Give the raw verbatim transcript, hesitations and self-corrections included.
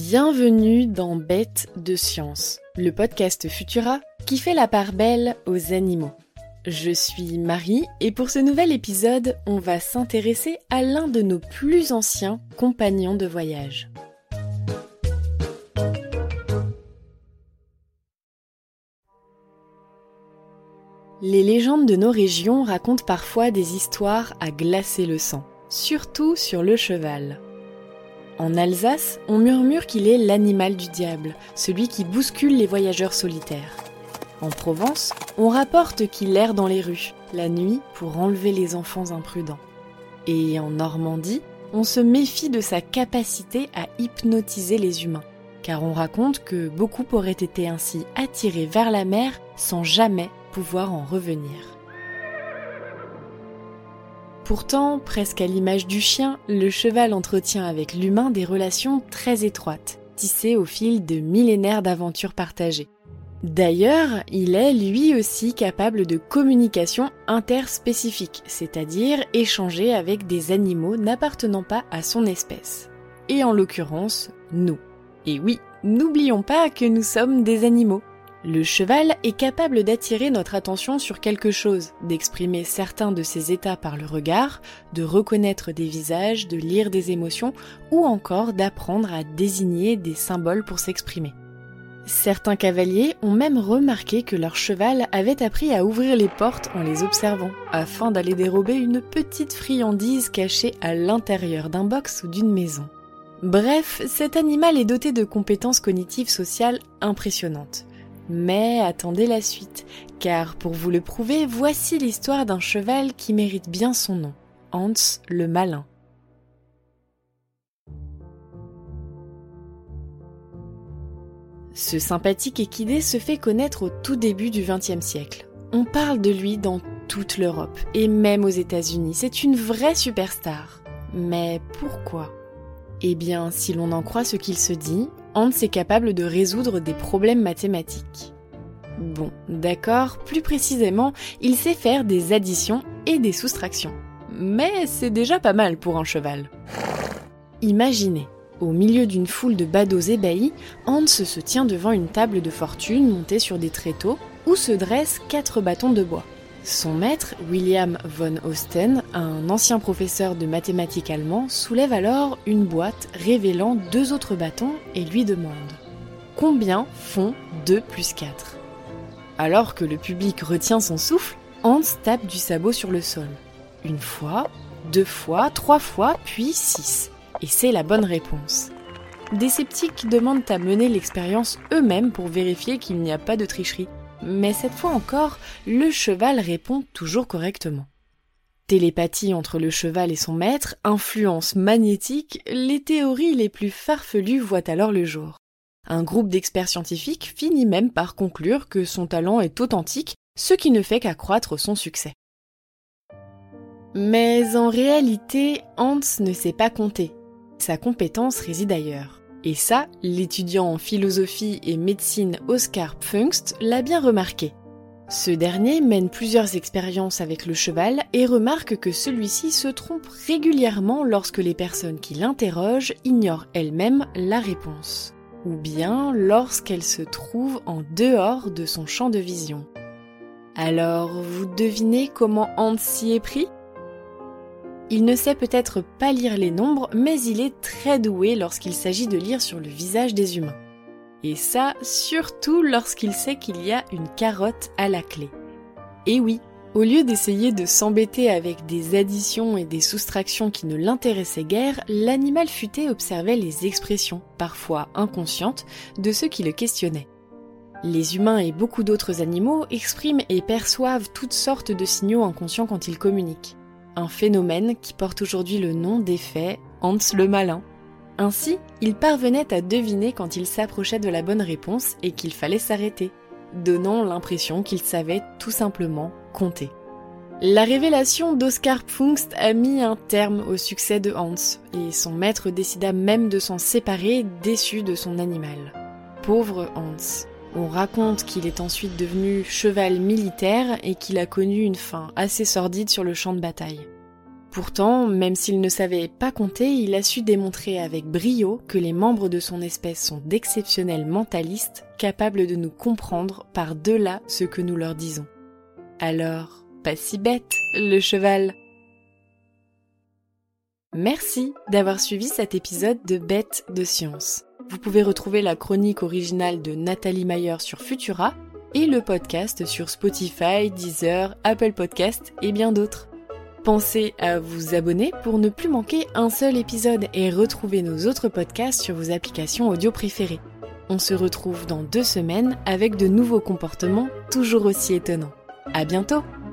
Bienvenue dans Bête de Science, le podcast Futura qui fait la part belle aux animaux. Je suis Marie et pour ce nouvel épisode, on va s'intéresser à l'un de nos plus anciens compagnons de voyage. Les légendes de nos régions racontent parfois des histoires à glacer le sang, surtout sur le cheval. En Alsace, on murmure qu'il est l'animal du diable, celui qui bouscule les voyageurs solitaires. En Provence, on rapporte qu'il erre dans les rues, la nuit, pour enlever les enfants imprudents. Et en Normandie, on se méfie de sa capacité à hypnotiser les humains, car on raconte que beaucoup auraient été ainsi attirés vers la mer sans jamais pouvoir en revenir. Pourtant, presque à l'image du chien, le cheval entretient avec l'humain des relations très étroites, tissées au fil de millénaires d'aventures partagées. D'ailleurs, il est lui aussi capable de communication interspécifique, c'est-à-dire échanger avec des animaux n'appartenant pas à son espèce. Et en l'occurrence, nous. Et oui, n'oublions pas que nous sommes des animaux. Le cheval est capable d'attirer notre attention sur quelque chose, d'exprimer certains de ses états par le regard, de reconnaître des visages, de lire des émotions ou encore d'apprendre à désigner des symboles pour s'exprimer. Certains cavaliers ont même remarqué que leur cheval avait appris à ouvrir les portes en les observant, afin d'aller dérober une petite friandise cachée à l'intérieur d'un box ou d'une maison. Bref, cet animal est doté de compétences cognitives sociales impressionnantes. Mais attendez la suite, car pour vous le prouver, voici l'histoire d'un cheval qui mérite bien son nom, Hans le Malin. Ce sympathique équidé se fait connaître au tout début du vingtième siècle. On parle de lui dans toute l'Europe, et même aux États-Unis, c'est une vraie superstar. Mais pourquoi ? Eh bien, si l'on en croit ce qu'il se dit, Hans est capable de résoudre des problèmes mathématiques. Bon, d'accord, plus précisément, il sait faire des additions et des soustractions. Mais c'est déjà pas mal pour un cheval. Imaginez, au milieu d'une foule de badauds ébahis, Hans se tient devant une table de fortune montée sur des tréteaux où se dressent quatre bâtons de bois. Son maître, William von Osten, un ancien professeur de mathématiques allemand, soulève alors une boîte révélant deux autres bâtons et lui demande « Combien font deux plus quatre ?» Alors que le public retient son souffle, Hans tape du sabot sur le sol. Une fois, deux fois, trois fois, puis six. Et c'est la bonne réponse. Des sceptiques demandent à mener l'expérience eux-mêmes pour vérifier qu'il n'y a pas de tricherie. Mais cette fois encore, le cheval répond toujours correctement. Télépathie entre le cheval et son maître, influence magnétique, les théories les plus farfelues voient alors le jour. Un groupe d'experts scientifiques finit même par conclure que son talent est authentique, ce qui ne fait qu'accroître son succès. Mais en réalité, Hans ne sait pas compter. Sa compétence réside ailleurs. Et ça, l'étudiant en philosophie et médecine Oskar Pfungst l'a bien remarqué. Ce dernier mène plusieurs expériences avec le cheval et remarque que celui-ci se trompe régulièrement lorsque les personnes qui l'interrogent ignorent elles-mêmes la réponse, ou bien lorsqu'elles se trouvent en dehors de son champ de vision. Alors, vous devinez comment Hans s'y est pris ? Il ne sait peut-être pas lire les nombres, mais il est très doué lorsqu'il s'agit de lire sur le visage des humains. Et ça, surtout lorsqu'il sait qu'il y a une carotte à la clé. Et oui, au lieu d'essayer de s'embêter avec des additions et des soustractions qui ne l'intéressaient guère, l'animal futé observait les expressions, parfois inconscientes, de ceux qui le questionnaient. Les humains et beaucoup d'autres animaux expriment et perçoivent toutes sortes de signaux inconscients quand ils communiquent. Un phénomène qui porte aujourd'hui le nom d'effet Hans le Malin. Ainsi, il parvenait à deviner quand il s'approchait de la bonne réponse et qu'il fallait s'arrêter, donnant l'impression qu'il savait tout simplement compter. La révélation d'Oskar Pfungst a mis un terme au succès de Hans, et son maître décida même de s'en séparer, déçu de son animal. Pauvre Hans. On raconte qu'il est ensuite devenu cheval militaire et qu'il a connu une fin assez sordide sur le champ de bataille. Pourtant, même s'il ne savait pas compter, il a su démontrer avec brio que les membres de son espèce sont d'exceptionnels mentalistes, capables de nous comprendre par-delà ce que nous leur disons. Alors, pas si bête, le cheval! Merci d'avoir suivi cet épisode de Bêtes de Science. Vous pouvez retrouver la chronique originale de Nathalie Mayer sur Futura et le podcast sur Spotify, Deezer, Apple Podcasts et bien d'autres. Pensez à vous abonner pour ne plus manquer un seul épisode et retrouver nos autres podcasts sur vos applications audio préférées. On se retrouve dans deux semaines avec de nouveaux comportements toujours aussi étonnants. À bientôt!